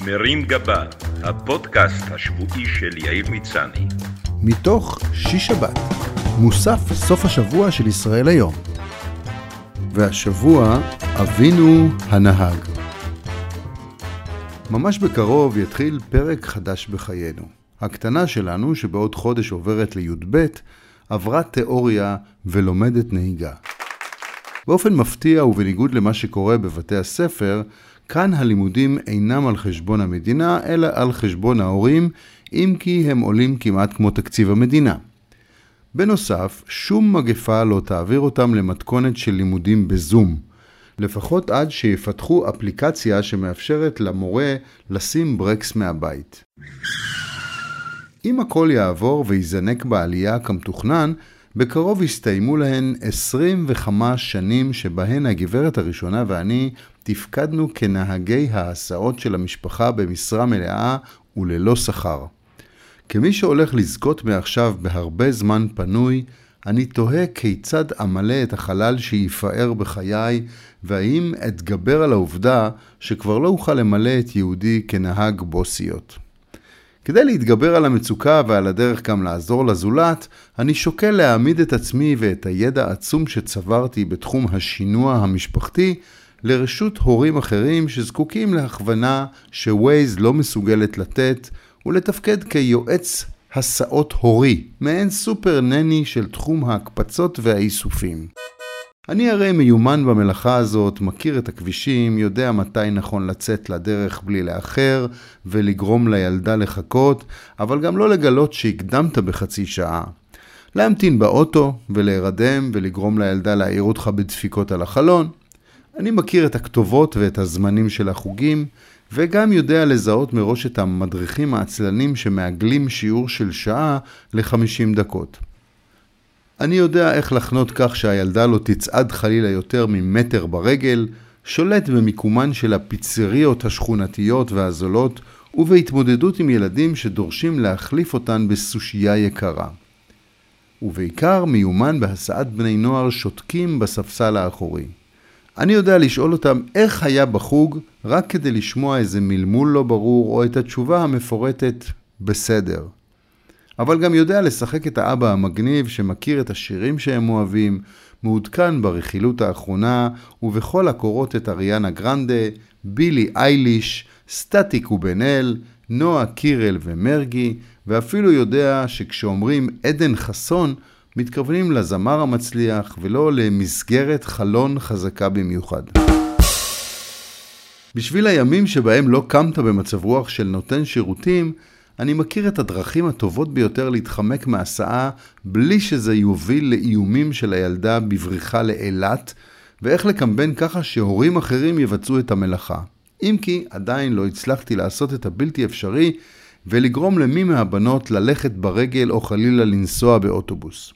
מרים גבה, הפודקאסט השבועי של יאיר מצני. מתוך שיש שבת, מוסף סוף השבוע של ישראל היום. והשבוע אבינו הנהג. ממש בקרוב יתחיל פרק חדש בחיינו. הקטנה שלנו, שבעוד חודש עוברת לי"ב, עברה תיאוריה ולומדת נהיגה. באופן מפתיע ובניגוד למה שקורה בבתי הספר, כאן הלימודים אינם על חשבון המדינה, אלא על חשבון ההורים, אם כי הם עולים כמעט כמו תקציב המדינה. בנוסף, שום מגפה לא תעביר אותם למתכונת של לימודים בזום, לפחות עד שיפתחו אפליקציה שמאפשרת למורה לשים ברקס מהבית. אם הכל יעבור ויזנק בעלייה כמתוכנן, בקרוב יסתיימו להן 25 שנים שבהן הגברת הראשונה ואני תפקדנו כנהגי ההסעות של המשפחה במשרה מלאה וללא שכר. כמי שהולך לזכות מעכשיו בהרבה זמן פנוי, אני תוהה כיצד אמלא את החלל שיפאר בחיי, והאם אתגבר על העובדה שכבר לא אוכל למלא את יהודי כנהג בוסיות. כדי להתגבר על המצוקה ועל הדרך גם לעזור לזולת, אני שוקל להעמיד את עצמי ואת הידע העצום שצברתי בתחום השינוע המשפחתי לרשות הורים אחרים שזקוקים להכוונה שווייז לא מסוגלת לתת, ולתפקד כיועץ הסעות הורי, מעין סופר נני של תחום ההקפצות והאיסופים. אני הרי מיומן במלאכה הזאת, מכיר את הכבישים, יודע מתי נכון לצאת לדרך בלי לאחר ולגרום לילדה לחכות, אבל גם לא לגלות שהקדמת בחצי שעה. להמתין באוטו ולהירדם ולגרום לילדה להעיר אותך בדפיקות על החלון. אני מכיר את הכתובות ואת הזמנים של החוגים, וגם יודע לזהות מראש את המדריכים העצלנים שמעגלים שיעור של שעה ל-50 דקות. אני יודע איך לחנות כך שהילדה לא תצעד חלילה יותר ממטר ברגל, שולט במיקומן של הפיצריות השכונתיות והזולות, ובהתמודדות עם ילדים שדורשים להחליף אותן בסושייה יקרה. ובעיקר מיומן בהסעת בני נוער שותקים בספסל האחורי. אני יודע לשאול אותם איך היה בחוג, רק כדי לשמוע איזה מלמול לא ברור, או את התשובה המפורטת בסדר. אבל גם יודע לשחק את האבא המגניב שמכיר את השירים שהם אוהבים, מעודכן ברכילות האחרונה, ובכל הקורות את אריאנה גרנדה, בילי אייליש, סטטיק ובן אל, נועה קירל ומרגי, ואפילו יודע שכשאומרים עדן חסון, מתכוונים לזמר המצליח ולא למסגרת חלון חזקה במיוחד. בשביל הימים שבהם לא קמת במצב רוח של נותן שירותים, אני מכיר את הדרכים הטובות ביותר להתחמק מהסעה בלי שזה יוביל לאיומים של הילדה בבריחה לאילת, ואיך לקמבן ככה שהורים אחרים יבצעו את המלאכה. אם כי עדיין לא הצלחתי לעשות את הבלתי אפשרי ולגרום למי מהבנות ללכת ברגל או חלילה לנסוע באוטובוס.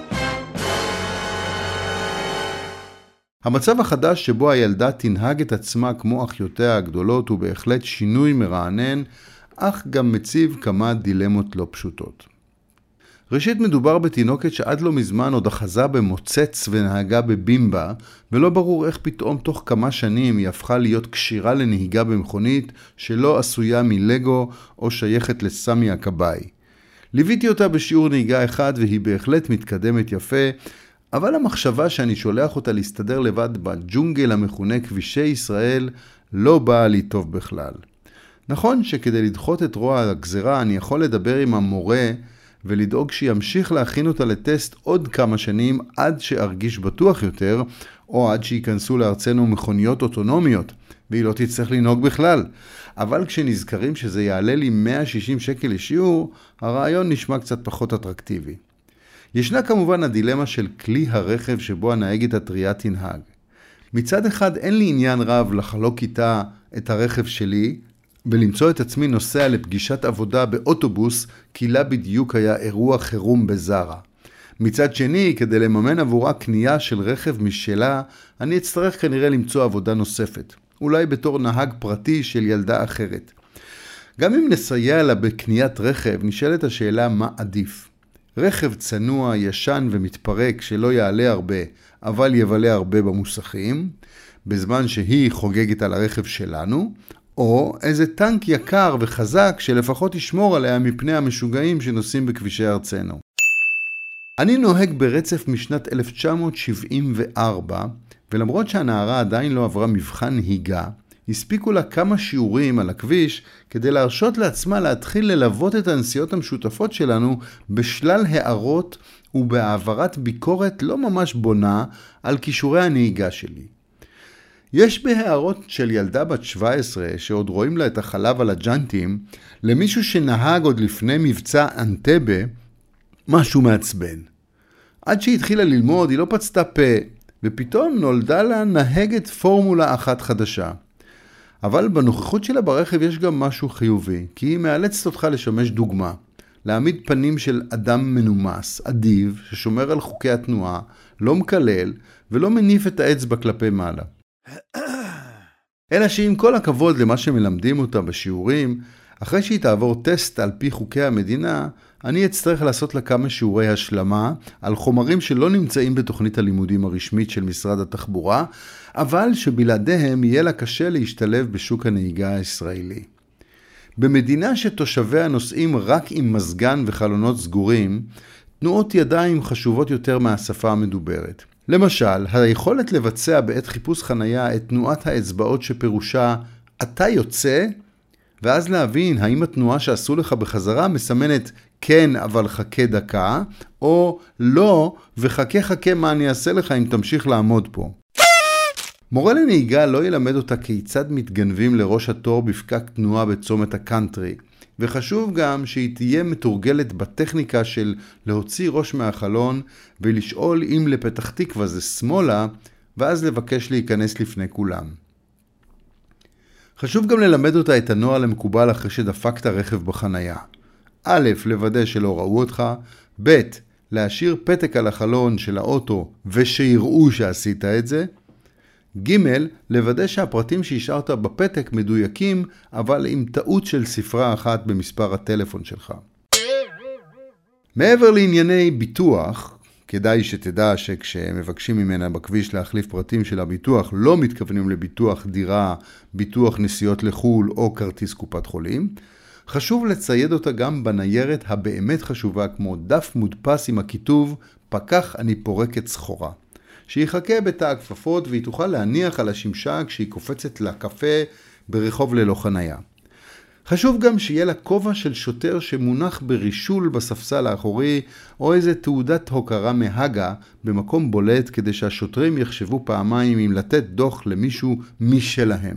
המצב החדש שבו הילדה תנהג את עצמה כמו אחיותיה הגדולות הוא בהחלט שינוי מרענן, אך גם מציב כמה דילמות לא פשוטות. ראשית, מדובר בתינוקת שעד לא מזמן עוד אחזה במוצץ ונהגה בבימבה, ולא ברור איך פתאום תוך כמה שנים היא הפכה להיות קשירה לנהיגה במכונית שלא עשויה מלגו או שייכת לסמי הקבאי. ליוויתי אותה בשיעור נהיגה אחד והיא בהחלט מתקדמת יפה, אבל המחשבה שאני שולח אותה להסתדר לבד בג'ונגל המכונה כבישי ישראל לא באה לי טוב בכלל. נכון שכדי לדחות את רוע הגזרה אני יכול לדבר עם המורה ולדאוג שימשיך להכין אותה לטסט עוד כמה שנים עד שארגיש בטוח יותר, או עד שיכנסו לארצנו מכוניות אוטונומיות, והיא לא תצטרך לנהוג בכלל. אבל כשנזכרים שזה יעלה לי 160 שקל לשיעור, הרעיון נשמע קצת פחות אטרקטיבי. ישנה כמובן הדילמה של כלי הרכב שבו הנהגת הטריה תנהג. מצד אחד אין לי עניין רב לחלוק איתה את הרכב שלי, ולמצוא את עצמי נוסע לפגישת עבודה באוטובוס, כי לה בדיוק היה אירוע חירום בזרה. מצד שני, כדי לממן עבורה קנייה של רכב משלה, אני אצטרך כנראה למצוא עבודה נוספת. אולי בתור נהג פרטי של ילדה אחרת. גם אם נסייע לה בקניית רכב, נשאלת השאלה מה עדיף. רכב צנוע, ישן ומתפרק שלא יעלה הרבה, אבל יבלה הרבה במוסכים, בזמן שהיא חוגגת על הרכב שלנו, או איזה טנק יקר וחזק שלפחות ישמור עליה מפני המשוגעים שנוסעים בכבישי ארצנו. אני נוהג ברצף משנת 1974, ולמרות שהנערה עדיין לא עברה מבחן נהיגה, הספיקו לה כמה שיעורים על הכביש כדי להרשות לעצמה להתחיל ללוות את הנסיעות המשותפות שלנו בשלל הערות ובהעברת ביקורת לא ממש בונה על כישורי הנהיגה שלי. יש בהערות של ילדה בת 17 שעוד רואים לה את החלב על הג'אנטים, למישהו שנהג עוד לפני מבצע אנטבה, משהו מעצבן. עד שהיא התחילה ללמוד היא לא פצתה פה, ופתאום נולדה לה נהגת פורמולה אחת חדשה. אבל בנוכחות שלה ברכב יש גם משהו חיובי, כי היא מאלצת אותך לשמש דוגמה, להעמיד פנים של אדם מנומס, אדיב, ששומר על חוקי התנועה, לא מקלל ולא מניף את האצבע כלפי מעלה. אלא שעם כל הכבוד למה שמלמדים אותה בשיעורים, אחרי שהיא תעבור טסט על פי חוקי המדינה, אני אצטרך לעשות לה כמה שיעורי השלמה על חומרים שלא נמצאים בתוכנית הלימודים הרשמית של משרד התחבורה, אבל שבלעדיהם יהיה לה קשה להשתלב בשוק הנהיגה הישראלי. במדינה שתושביה נוסעים רק עם מזגן וחלונות סגורים, תנועות ידיים חשובות יותר מהשפה המדוברת. למשל, היכולת לבצע בעת חיפוש חנייה את תנועת האצבעות שפירושה אתה יוצא, ואז להבין האם התנועה שעשו לך בחזרה מסמנת כן אבל חכה דקה, או לא וחכה מה אני אעשה לך אם תמשיך לעמוד פה. מורה לנהיגה לא ילמד אותה כיצד מתגנבים לראש התור בפקק תנועה בצומת הקאנטרי, וחשוב גם שהיא תהיה מתורגלת בטכניקה של להוציא ראש מהחלון ולשאול אם לפתח תקווה זה שמאלה, ואז לבקש להיכנס לפני כולם. חשוב גם ללמד אותה את הנוהל המקובל אחרי שדפקת רכב בחנייה. א', לוודא שלא ראו אותך, ב', להשאיר פתק על החלון של האוטו ושיראו שעשית את זה, ג', לוודא שהפרטים שהשארת בפתק מדויקים, אבל עם טעות של ספרה אחת במספר הטלפון שלך. מעבר לענייני ביטוח, כדאי שתדע שכשמבקשים ממנה בכביש להחליף פרטים של הביטוח, לא מתכוונים לביטוח דירה, ביטוח נסיעות לחול או כרטיס קופת חולים. חשוב לצייד אותה גם בניירת הבאמת חשובה, כמו דף מודפס עם הכיתוב, פקח אני פורקת סחורה. שיחכה בתא הכפפות והיא תוכל להניח על השמשה כשהיא קופצת לקפה ברחוב ללא חנייה. חשוב גם שיהיה לה כובע של שוטר שמונח ברישול בספסל האחורי, או איזה תעודת הוקרה מהגה במקום בולט, כדי שהשוטרים יחשבו פעמיים אם לתת דוח למישהו משלהם.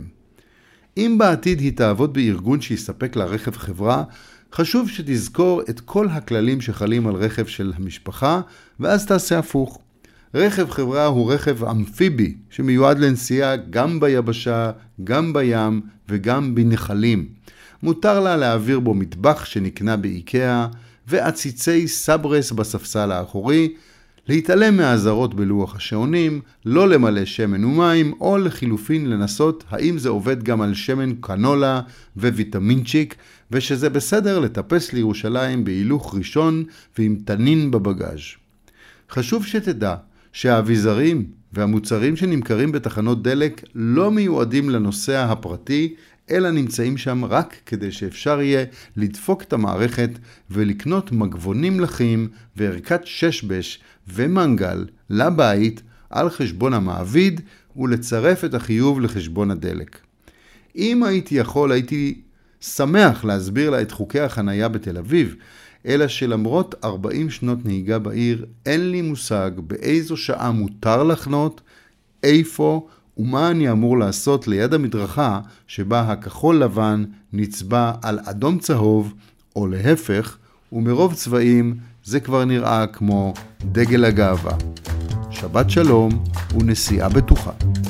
אם בעתיד היא תעבוד בארגון שיספק לה רכב חברה, חשוב שתזכור את כל הכללים שחלים על רכב של המשפחה, ואז תעשה הפוך. רכב חברה הוא רכב אמפיבי שמיועד לנסיעה גם ביבשה, גם בים וגם בנחלים. מותר לה להעביר בו מטבח שנקנה באיקאה ועציצי סברס בספסל האחורי, להתעלם מהאזהרות בלוח השעונים, לא למלא שמן ומים, או לחילופין לנסות האם זה עובד גם על שמן קנולה וויטמינצ'יק, ושזה בסדר לטפס לירושלים בהילוך ראשון ועם תנין בבגאז'. חשוב שתדע שהאביזרים והמוצרים שנמכרים בתחנות דלק לא מיועדים לנוסע הפרטי, אלא נמצאים שם רק כדי שאפשר יהיה לדפוק את המערכת ולקנות מגבונים לחים וערכת ששבש ומנגל לבית על חשבון המעביד ולצרף את החיוב לחשבון הדלק. אם הייתי יכול, הייתי שמח להסביר לה את חוקי החנייה בתל אביב, אלא שלמרות 40 שנות נהיגה בעיר, אין לי מושג באיזו שעה מותר לחנות, איפה ומה אני אמור לעשות ליד המדרכה שבה הכחול לבן נצבע על אדום צהוב, או להפך, ומרוב צבעים זה כבר נראה כמו דגל הגאווה. שבת שלום ונסיעה בטוחה.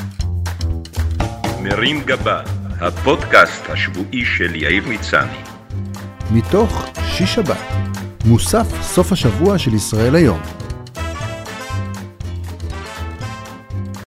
מרים גבה, הפודקאסט השבועי של יאיר מצני. מתוך שיש שבת, מוסף סוף השבוע של ישראל היום.